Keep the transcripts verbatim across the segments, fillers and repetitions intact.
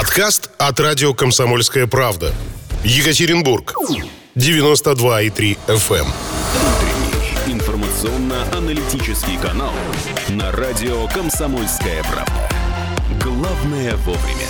Подкаст от радио «Комсомольская правда». Екатеринбург. девяносто два и три эф эм. Утренний информационно-аналитический канал на радио «Комсомольская правда». Главное вовремя.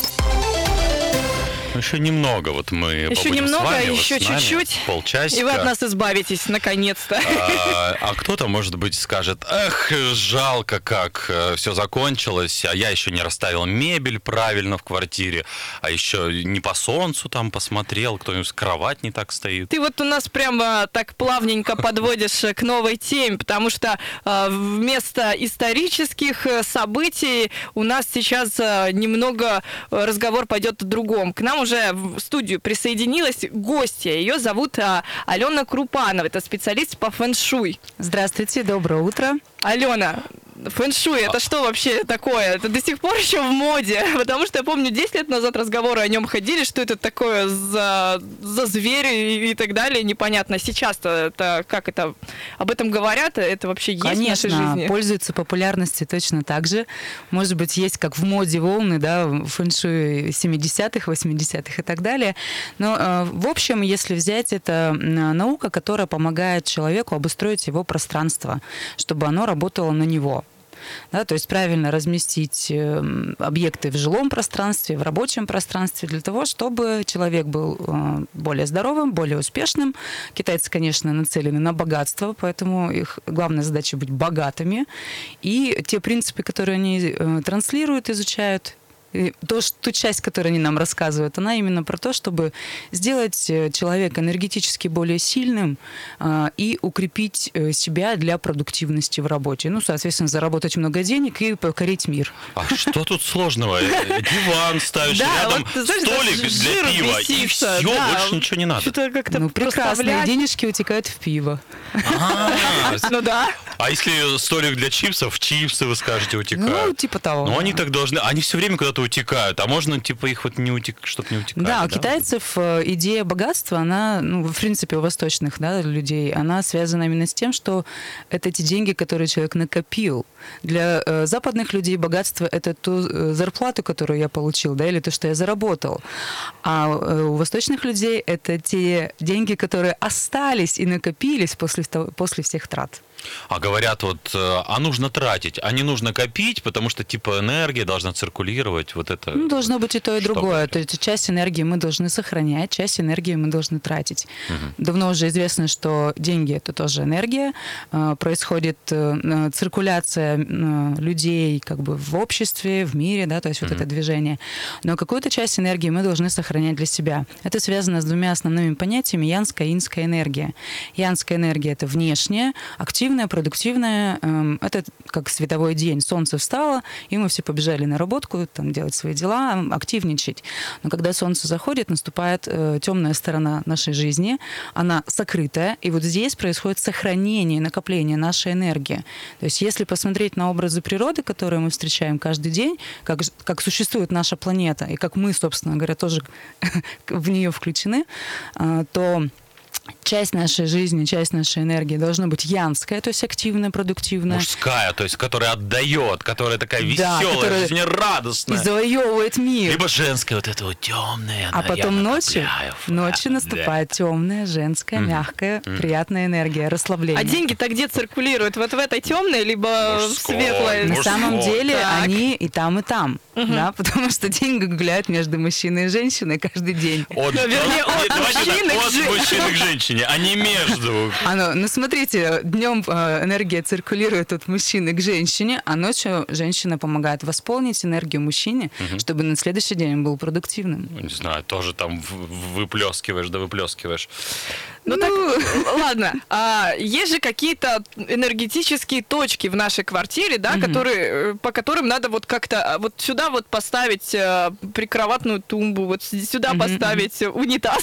Еще немного, вот мы Еще немного, с вами, еще вот с нами, чуть-чуть, полчасика. и вы от нас избавитесь, наконец-то. А, а кто-то, может быть, скажет: эх, жалко, как все закончилось, а я еще не расставил мебель правильно в квартире, а еще не по солнцу там посмотрел, кто-нибудь кровать не так стоит. Ты вот у нас прямо так плавненько подводишь к новой теме, потому что э, вместо исторических событий у нас сейчас э, немного разговор пойдет о другом. К нам уже в студию присоединилась гостья. Ее зовут а, Алена Крупанова. Это специалист по фэн-шуй. Здравствуйте, доброе утро. Алена, фэн-шуй, это что вообще такое? Это до сих пор еще в моде, потому что я помню, десять лет назад разговоры о нем ходили, что это такое за, за зверь и, и так далее, непонятно. Сейчас-то это, как это, об этом говорят, это вообще есть Конечно, в нашей жизни? Пользуется популярностью точно так же. Может быть, есть как в моде волны, да, фэн-шуй семидесятых, восьмидесятых и так далее. Но, э, в общем, если взять, это наука, которая помогает человеку обустроить его пространство, чтобы оно работало на него. Да, то есть правильно разместить объекты в жилом пространстве, в рабочем пространстве для того, чтобы человек был более здоровым, более успешным. Китайцы, конечно, нацелены на богатство, поэтому их главная задача быть богатыми. И те принципы, которые они транслируют, изучают, и то, ту часть, которую они нам рассказывают, она именно про то, чтобы сделать человека энергетически более сильным э, и укрепить себя для продуктивности в работе. Ну, соответственно, заработать много денег и покорить мир. А что тут сложного? Диван ставишь рядом, столик для пива, и все, больше ничего не надо. Ну, прекрасные денежки утекают в пиво. Ну да. А если столик для чипсов, чипсы, вы скажете, утекают? Ну, типа того. Ну, они так должны... Они все время куда-то утекают, а можно, типа, их вот не утек... чтобы не утекали. Да, да, у китайцев идея богатства, она, ну, в принципе, у восточных, да, людей, она связана именно с тем, что это те деньги, которые человек накопил. Для э, западных людей богатство — это ту э, зарплату, которую я получил, да, или то, что я заработал. А э, у восточных людей это те деньги, которые остались и накопились после, после всех трат. А говорят, вот, а нужно тратить, а не нужно копить, потому что, типа, энергия должна циркулировать, вот это... Ну, должно быть и то, и что другое. это? То есть часть энергии мы должны сохранять, часть энергии мы должны тратить. Угу. Давно уже известно, что деньги — это тоже энергия. Происходит циркуляция людей как бы в обществе, в мире, да, то есть вот угу. это движение. Но какую-то часть энергии мы должны сохранять для себя. Это связано с двумя основными понятиями: янская и инская энергия. Янская энергия — это внешняя, активная, продуктивная, это как световой день. Солнце встало, и мы все побежали на работу, там, делать свои дела, активничать. Но когда солнце заходит, наступает э, темная сторона нашей жизни, она сокрытая, и вот здесь происходит сохранение, накопление нашей энергии. То есть если посмотреть на образы природы, которые мы встречаем каждый день, как, как существует наша планета, и как мы, собственно говоря, тоже в нее включены, э, то часть нашей жизни, часть нашей энергии должна быть янская, то есть активная, продуктивная. Мужская, то есть которая отдает, которая такая да, веселая, жизнерадостная. И завоевывает мир. Либо женская, вот эта вот темная. А потом ночью, ночью наступает да. темная, женская, mm-hmm. мягкая, mm-hmm. приятная энергия, расслабление. А деньги-то где циркулируют? Вот в этой темной, либо мужской, в светлой? На самом деле так. они и там, и там. Угу. Да, потому что деньги гуляют между мужчиной и женщиной каждый день. От, ну, вернее, от, от, мужчины, так, от мужчины к женщине, а не между. А ну, ну, смотрите, днем энергия циркулирует от мужчины к женщине, а ночью женщина помогает восполнить энергию мужчине, угу. чтобы на следующий день он был продуктивным. Не знаю, тоже там выплескиваешь, да выплескиваешь. Ну, ну так, ладно. А, есть же какие-то энергетические точки в нашей квартире, да, угу. которые, по которым надо вот как-то вот сюда вот поставить а, прикроватную тумбу, вот сюда угу. поставить унитаз.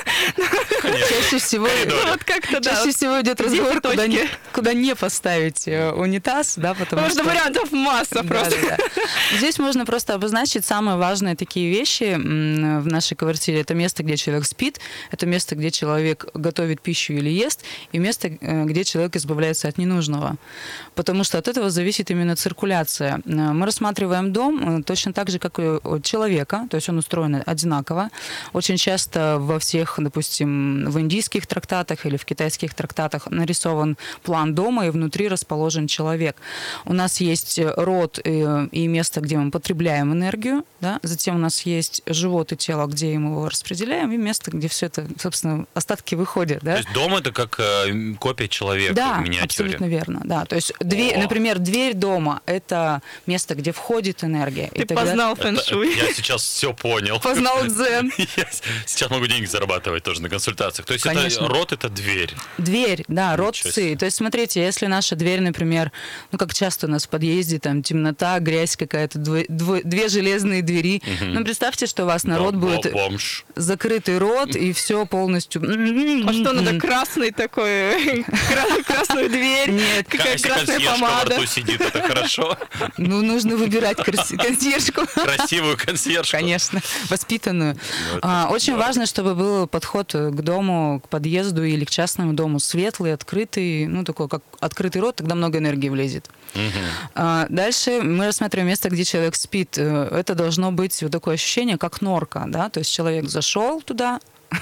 Чаще всего, вот как-то, да. Чаще всего идет разговор, куда не, куда не поставить унитаз, да, потому, потому что... что вариантов масса просто. Да, да, да. Здесь можно просто обозначить самые важные такие вещи в нашей квартире. Это место, где человек спит, это место, где человек готовит готовит пищу или ест, и место, где человек избавляется от ненужного. Потому что от этого зависит именно циркуляция. Мы рассматриваем дом точно так же, как и у человека, то есть он устроен одинаково. Очень часто во всех, допустим, в индийских трактатах или в китайских трактатах нарисован план дома, и внутри расположен человек. У нас есть род и, и место, где мы потребляем энергию, да? Затем у нас есть живот и тело, где мы его распределяем, и место, где все это, собственно, остатки выходят. Да? То есть дом — это как э, копия человека да, в миниатюре? Абсолютно верно. Да. То есть, дверь, например, дверь дома — это место, где входит энергия. Ты и тогда... познал фэн-шуй. Я сейчас все понял. Познал дзен. Я сейчас могу денег зарабатывать тоже на консультациях. То есть это, рот — это дверь. Дверь, да, рот ци. То есть, смотрите, если наша дверь, например, ну, как часто у нас в подъезде, там, темнота, грязь какая-то, две, две железные двери. Угу. Ну, представьте, что у вас народ будет бомж. Закрытый рот, и все полностью... А что, надо красный такой, красную дверь? Нет. Какая красная помада. Во рту сидит, это хорошо. Ну, нужно выбирать консьержку. Красивую консьержку. Конечно, воспитанную. А, очень важно, чтобы был подход к дому, к подъезду или к частному дому светлый, открытый, ну, такой, как открытый рот, тогда много энергии влезет. Угу. А, дальше мы рассматриваем место, где человек спит. Это должно быть вот такое ощущение, как норка, да, то есть человек зашел туда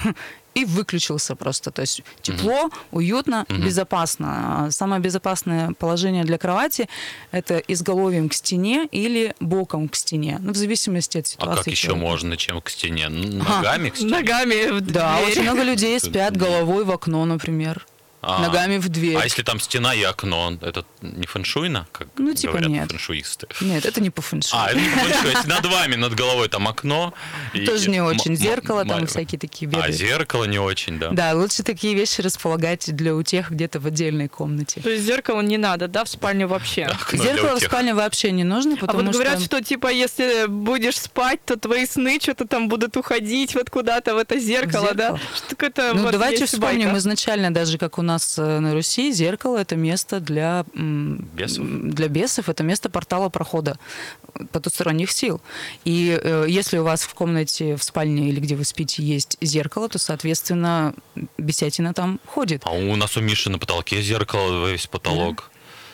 и выключился просто. То есть тепло, угу. уютно, угу. безопасно. Самое безопасное положение для кровати – это изголовьем к стене или боком к стене. Ну, в зависимости от ситуации. А как еще человека. можно, чем к стене? Ногами а, к стене? Ногами в дверь. Да, очень много людей спят головой в окно, например. А, ногами в дверь. А если там стена и окно, это не фэншуйно, как ну, типа говорят нет. фэншуисты? Нет, это не по фэншуй. А, это не по фэншуй. Если над вами, над головой там окно. Тоже не очень. Зеркало там всякие такие бегают. А, зеркало не очень, да. Да, лучше такие вещи располагать для утех где-то в отдельной комнате. То есть зеркало не надо, да, в спальню вообще? Зеркало в спальне вообще не нужно, потому что... А вот говорят, что... что типа если будешь спать, то твои сны что-то там будут уходить вот куда-то в это зеркало, зеркало. да? Что это ну, вот давайте вспомним байка. изначально, даже как у нас на Руси, зеркало — это место для бесов. для бесов, это место портала прохода потусторонних сил. И э, если у вас в комнате, в спальне или где вы спите есть зеркало, то, соответственно, бесятина там ходит. А у нас у Миши на потолке зеркало, весь потолок.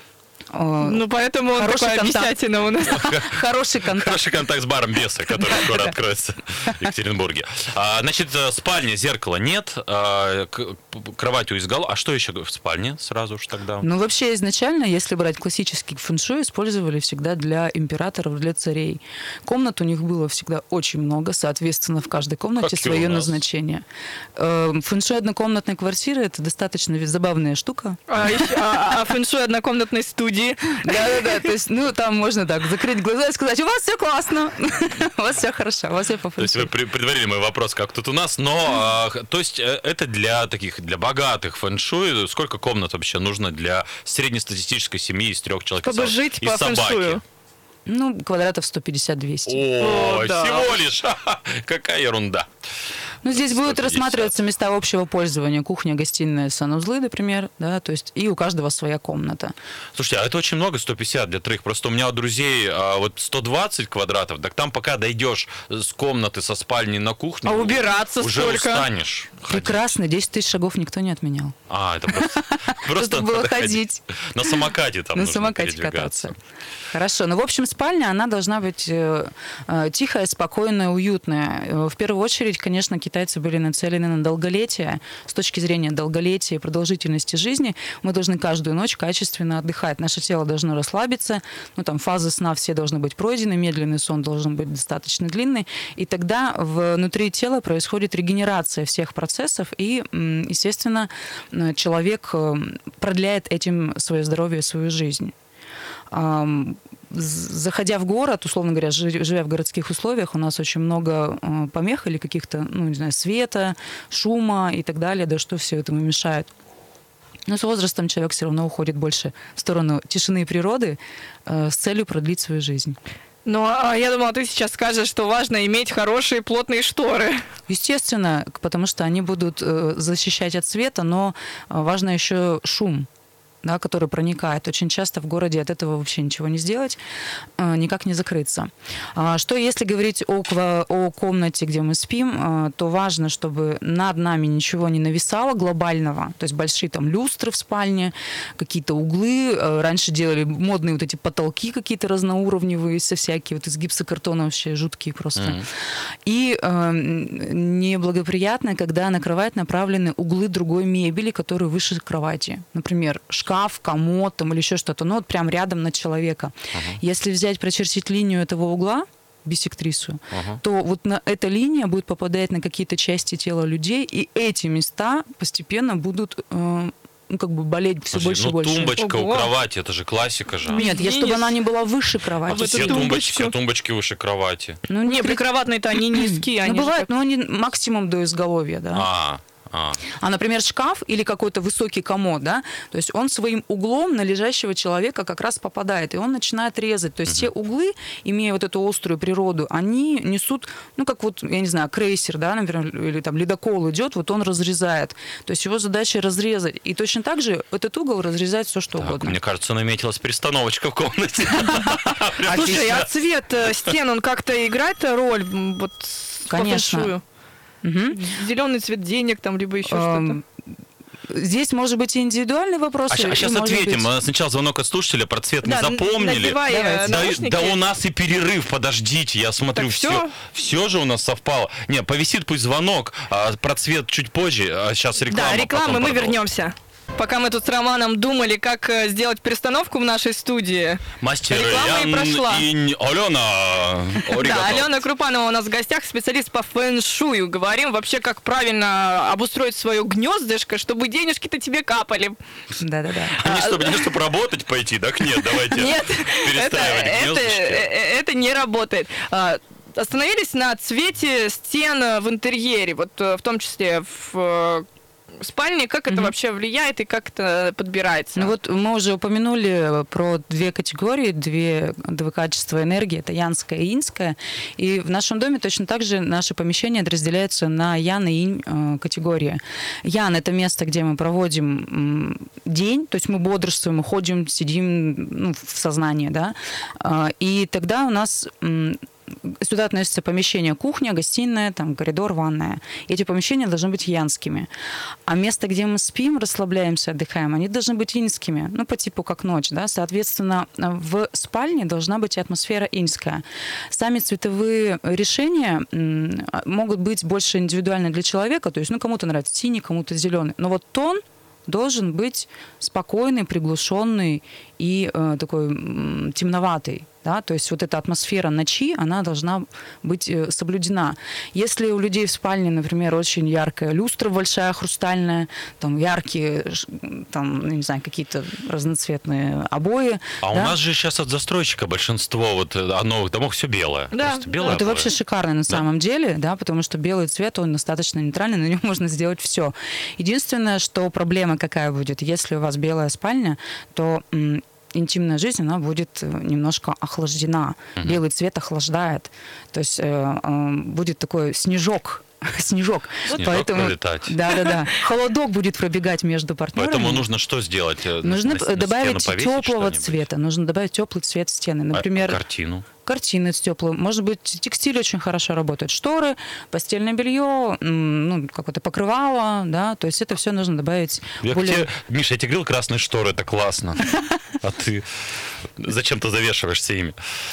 Ну, поэтому он такая бесятина у нас. Хороший контакт. Хороший контакт с баром беса, который скоро откроется в Екатеринбурге. Значит, спальня, зеркала нет, кровать у изголовья. А что еще в спальне сразу же тогда? Ну, вообще, изначально, если брать классический фэншуй, использовали всегда для императоров, для царей. Комнат у них было всегда очень много, соответственно, в каждой комнате как свое назначение. Фэншуй однокомнатной квартиры — это достаточно забавная штука. А, еще, а, а фэншуй однокомнатной студии? Да-да-да, то есть, ну, там можно так закрыть глаза и сказать: у вас все классно, у вас все хорошо, у вас все по фэншуй. То есть вы предварили мой вопрос, как тут у нас, но, то есть это для таких, для богатых фэншуй. Сколько комнат вообще нужно для среднестатистической семьи из трех человек? Чтобы жить по фэншую. Ну, квадратов сто пятьдесят - двести. О, да. Всего лишь! Какая ерунда. Ну, здесь сто пятьдесят будут рассматриваться места общего пользования. Кухня, гостиная, санузлы, например, да, то есть и у каждого своя комната. Слушайте, а это очень много, сто пятьдесят для троих. Просто у меня у друзей а, вот сто двадцать квадратов, так там пока дойдешь с комнаты, со спальни на кухню, а убираться уже сколько? устанешь. Прекрасно, десять тысяч шагов никто не отменял. А, это просто... Просто было ходить. На самокате там На нужно самокате передвигаться. кататься. Хорошо. Ну, в общем, спальня, она должна быть э, э, тихая, спокойная, уютная. В первую очередь, конечно, китайцы были нацелены на долголетие. С точки зрения долголетия и продолжительности жизни мы должны каждую ночь качественно отдыхать. Наше тело должно расслабиться. Ну, там, фазы сна все должны быть пройдены, медленный сон должен быть достаточно длинный. И тогда внутри тела происходит регенерация всех процессов, и, естественно, человек продляет этим свое здоровье, свою жизнь. Заходя в город, условно говоря, живя в городских условиях, у нас очень много помех или каких-то, ну, не знаю, света, шума и так далее, да, что все этому мешает. Но с возрастом человек все равно уходит больше в сторону тишины и природы с целью продлить свою жизнь. Ну, а я думала, ты сейчас скажешь, что важно иметь хорошие плотные шторы. Естественно, потому что они будут защищать от света, но важно еще шум. да, который проникает. Очень часто в городе от этого вообще ничего не сделать, никак не закрыться. Что если говорить о, о комнате, где мы спим, то важно, чтобы над нами ничего не нависало глобального, то есть большие там люстры в спальне, какие-то углы. Раньше делали модные вот эти потолки какие-то разноуровневые, со всякие, вот из гипсокартона вообще жуткие просто. Mm-hmm. И э, неблагоприятно, когда на кровать направлены углы другой мебели, которые выше кровати. Например, шкаф, комод там, или еще что-то. Ну вот прям рядом на человека. Uh-huh. Если взять, прочертить линию этого угла, биссектрису, uh-huh. то вот на эта линия будет попадать на какие-то части тела людей, и эти места постепенно будут... Э, ну, как бы болеть все Подожди, больше ну, и больше. Тумбочка Ого. у кровати, это же классика же. Нет, если чтобы она не была выше кровати. А все тумбочки, тумбочки выше кровати. Ну, не, прикроватные-то они низкие. Ну, они бывает, так... но они максимум до изголовья, да. А, а. А, например, шкаф или какой-то высокий комод, да, то есть он своим углом на лежащего человека как раз попадает, и он начинает резать. То есть uh-huh. все углы, имея вот эту острую природу, они несут, ну, как вот, я не знаю, крейсер, да, например, или там ледокол идет, вот он разрезает. То есть его задача разрезать. И точно так же этот угол разрезает все, что так, угодно. Мне кажется, наметилась перестановочка в комнате. Слушай, а цвет стен, он как-то играет роль? Вот, конечно. Угу. Зеленый цвет денег, там, либо еще что-то. Здесь может быть и индивидуальный вопрос. А, а сейчас ответим. Быть... Сначала звонок от слушателя, про цвет да, мы запомнили. Да, да у нас и перерыв, подождите, я смотрю, так все, все, все же у нас совпало. Не, повисит пусть звонок, а про цвет чуть позже, а сейчас реклама. Да, реклама, мы вернемся. Пока мы тут с Романом думали, как сделать перестановку в нашей студии, мастер реклама Ян и прошла. И Алена. Да, Алена Крупанова у нас в гостях, специалист по фэн-шую. Говорим вообще, как правильно обустроить свое гнездышко, чтобы денежки-то тебе капали. Да-да-да. А не чтобы, не чтобы работать пойти, так нет, давайте нет, перестраивать это, гнездышки. Это, это не работает. Остановились на цвете стен в интерьере, вот в том числе в спальни, как это mm-hmm. вообще влияет и как это подбирается? Ну вот мы уже упомянули про две категории, две, два качества энергии, это янская и иньская. И в нашем доме точно так же наши помещения разделяются на ян и инь э, категории. Ян – это место, где мы проводим э, день, то есть мы бодрствуем, мы ходим, сидим ну, в сознании, да, э, и тогда у нас... Э, Сюда относятся помещения кухня, гостиная, там, коридор, ванная. Эти помещения должны быть янскими. А место, где мы спим, расслабляемся, отдыхаем, они должны быть иньскими. Ну, по типу как ночь, да. Соответственно, в спальне должна быть атмосфера иньская. Сами цветовые решения могут быть больше индивидуальны для человека. То есть, ну, кому-то нравится синий, кому-то зеленый. Но вот тон должен быть спокойный, приглушенный и э, такой м, темноватый. Да? То есть вот эта атмосфера ночи, она должна быть э, соблюдена. Если у людей в спальне, например, очень яркая люстра большая, хрустальная, там яркие, там, не знаю, какие-то разноцветные обои. А да? у нас же сейчас от застройщика большинство вот новых домов все белое. Да. Просто белое. Это обои. вообще шикарно на да? самом деле, да, потому что белый цвет, он достаточно нейтральный, на нем можно сделать все. Единственное, что проблема какая будет, если у вас белая спальня, то м, интимная жизнь, она будет немножко охлаждена. Uh-huh. Белый цвет охлаждает. То есть э, э, будет такой снежок. Снежок. Снежок Поэтому, пролетать. Да, да, да. Холодок будет пробегать между партнерами. Поэтому нужно что сделать? Нужно на, добавить на теплого цвета. Нужно добавить теплый цвет в стены. Например, а картину. Картины с теплым. Может быть, текстиль очень хорошо работает. Шторы, постельное белье, ну, какое-то покрывало, да, то есть это все нужно добавить. Я более... тебе, Миша, я тебе говорил, красные шторы, это классно. А ты зачем ты завешиваешься ими?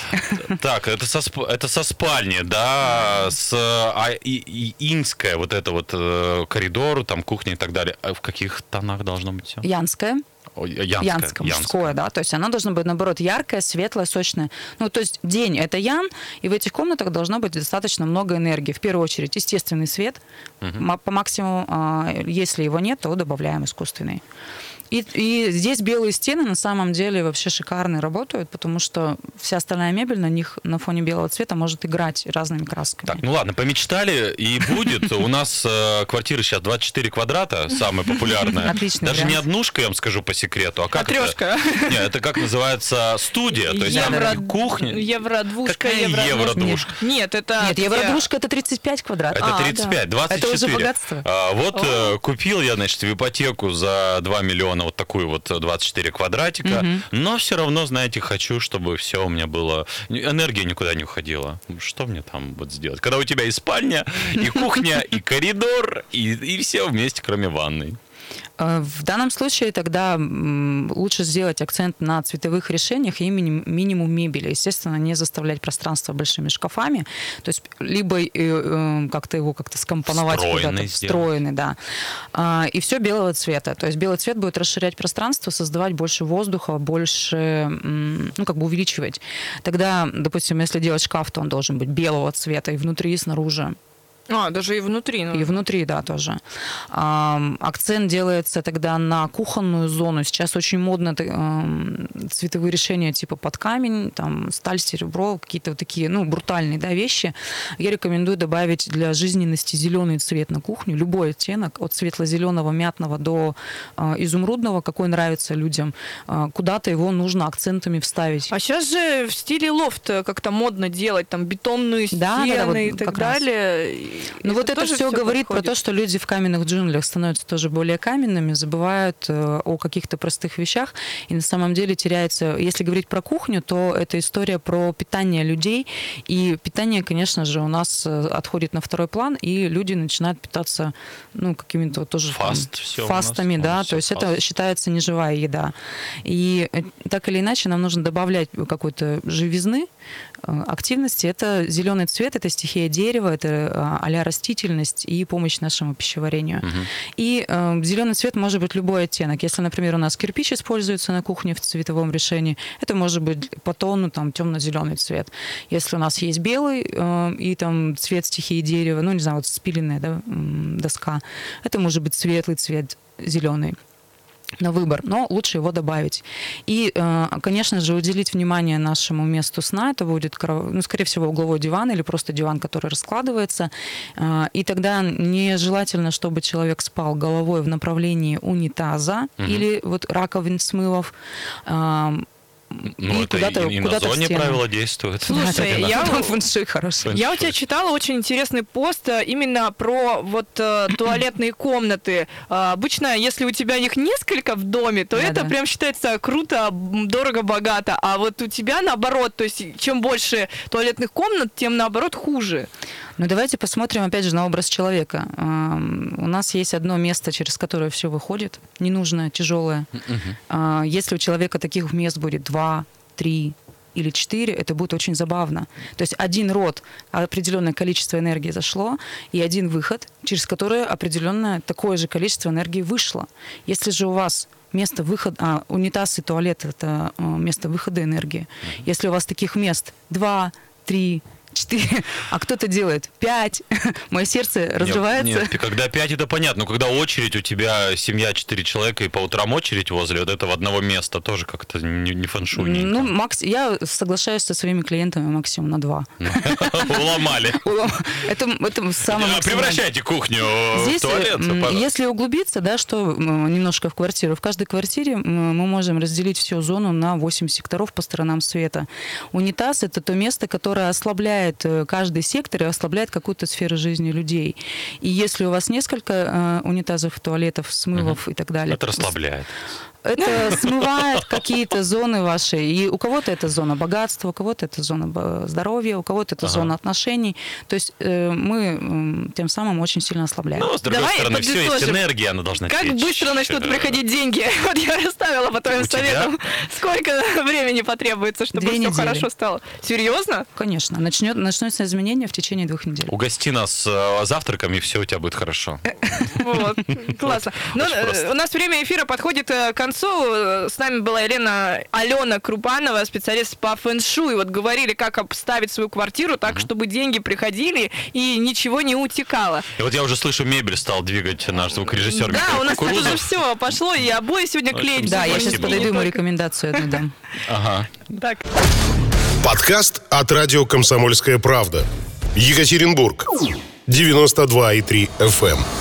Так, это со, это со спальни, да, с а, и, и иньская, вот это вот коридор, там кухня и так далее. А в каких тонах должно быть все? Янская. Янское, янское, мужское, да, то есть оно должно быть, наоборот, яркое, светлое, сочное. Ну, то есть день – это ян, и в этих комнатах должно быть достаточно много энергии. В первую очередь, естественный свет, угу. по максимуму, если его нет, то добавляем искусственный. И, и здесь белые стены на самом деле вообще шикарно работают, потому что вся остальная мебель на них на фоне белого цвета может играть разными красками. Так, ну ладно, помечтали, и будет. У нас квартира сейчас двадцать четыре квадрата, самая популярная. Отлично. Даже не однушка, я вам скажу по секрету, а как это? Нет, это как называется студия, то есть там кухня. Евродвушка, евродвушка. Нет, это... Нет, евродвушка это тридцать пять квадратов. Это тридцать пять, двадцать четыре. Это уже богатство. Вот купил я, значит, в ипотеку за два миллиона на вот такую вот двадцать четыре квадратика, угу. но все равно, знаете, хочу, чтобы все у меня было... Энергия никуда не уходила. Что мне там вот сделать? Когда у тебя и спальня, и кухня, и коридор, и, и все вместе, кроме ванной. В данном случае тогда лучше сделать акцент на цветовых решениях и минимум мебели. Естественно, не заставлять пространство большими шкафами. То есть либо как-то его как-то скомпоновать куда-то, встроенный, да. И все белого цвета. То есть белый цвет будет расширять пространство, создавать больше воздуха, больше, ну, как бы увеличивать. Тогда, допустим, если делать шкаф, то он должен быть белого цвета и внутри, и снаружи. А, даже и внутри. Ну. И внутри, да, тоже. А, акцент делается тогда на кухонную зону. Сейчас очень модно а, цветовые решения типа под камень, там, сталь, серебро, какие-то вот такие, ну, брутальные, да, вещи. Я рекомендую добавить для жизненности зеленый цвет на кухню, любой оттенок, от светло-зеленого, мятного до а, изумрудного, какой нравится людям. А, куда-то его нужно акцентами вставить. А сейчас же в стиле лофт как-то модно делать, там, бетонные стены, да, да, да, вот, и так далее. Раз. Ну вот это все говорит подходит. Про то, что люди в каменных джунглях становятся тоже более каменными, забывают о каких-то простых вещах, и на самом деле теряется... Если говорить про кухню, то это история про питание людей, и питание, конечно же, у нас отходит на второй план, и люди начинают питаться, ну, какими-то вот тоже Фаст, там, фастами, да, то есть фаст. Это считается неживая еда. И так или иначе нам нужно добавлять какой-то живизны, активности. Это зеленый цвет, это стихия дерева, это а-ля растительность и помощь нашему пищеварению. Угу. И э, зеленый цвет может быть любой оттенок. Если, например, у нас кирпич используется на кухне в цветовом решении, это может быть по тону там темно-зеленый цвет. Если у нас есть белый э, и там цвет стихии дерева, ну, не знаю, вот спиленная, да, доска, это может быть светлый цвет, зеленый. На выбор, но лучше его добавить. И, конечно же, уделить внимание нашему месту сна. Это будет, ну, скорее всего, угловой диван или просто диван, который раскладывается. И тогда нежелательно, чтобы человек спал головой в направлении унитаза угу. или вот раковин смывов. Ну, это куда-то, и, и на зоне правила действуют. Слушай, да, я, фэншуй хорошо. я у тебя читала очень интересный пост именно про вот э, туалетные комнаты. Э, обычно, если у тебя их несколько в доме, то да, это да. прям считается круто, дорого, богато. А вот у тебя наоборот, то есть чем больше туалетных комнат, тем наоборот хуже. Ну, давайте посмотрим, опять же, на образ человека. У нас есть одно место, через которое все выходит, ненужное, тяжелое. Uh-huh. Если у человека таких мест будет два, три или четыре, это будет очень забавно. То есть один рот, определенное количество энергии зашло, и один выход, через который определенное такое же количество энергии вышло. Если же у вас место выхода, а, унитаз и туалет — это место выхода энергии. Uh-huh. Если у вас таких мест два, три, четыре, а кто-то делает пять. Мое сердце разрывается. Нет, нет, когда пять, это понятно. Но когда очередь, у тебя семья четыре человека, и по утрам очередь возле вот этого одного места, тоже как-то не, не фэншуйненько. Ну, макс... я соглашаюсь со своими клиентами максимум на два. Уломали. Это самое максимальное. Превращайте кухню в туалет. Если углубиться, да, что немножко в квартиру, в каждой квартире мы можем разделить всю зону на восемь секторов по сторонам света. Унитаз — это то место, которое ослабляет каждый сектор и ослабляет какую-то сферу жизни людей. И если у вас несколько э, унитазов, туалетов, смывов uh-huh. и так далее... Это расслабляет. Это смывает какие-то зоны ваши. И у кого-то это зона богатства, у кого-то это зона здоровья, у кого-то это ага. зона отношений. То есть э, мы э, тем самым очень сильно ослабляем. Ну, с другой Давай стороны, все есть энергия, она должна Как течь. быстро начнут приходить деньги? Вот я расставила по твоим советам. Сколько времени потребуется, чтобы Две все недели. хорошо стало? Серьезно? Конечно. Начнет, начнутся изменения в течение двух недель. Угости нас э, завтраком, и все у тебя будет хорошо. Вот, классно. Ну, у нас время эфира подходит к концу. С нами была Елена Алена Крупанова, специалист по фэншуй. Вот говорили, как обставить свою квартиру так, угу. чтобы деньги приходили и ничего не утекало. И вот я уже слышу, мебель стал двигать наш звукорежиссер. Да, у нас тут уже все пошло, и обои сегодня клеить. Да, я сейчас подойду, ему рекомендацию одну дам. Ага. Так. Подкаст от радио «Комсомольская правда». Екатеринбург. девяносто два и три эф эм.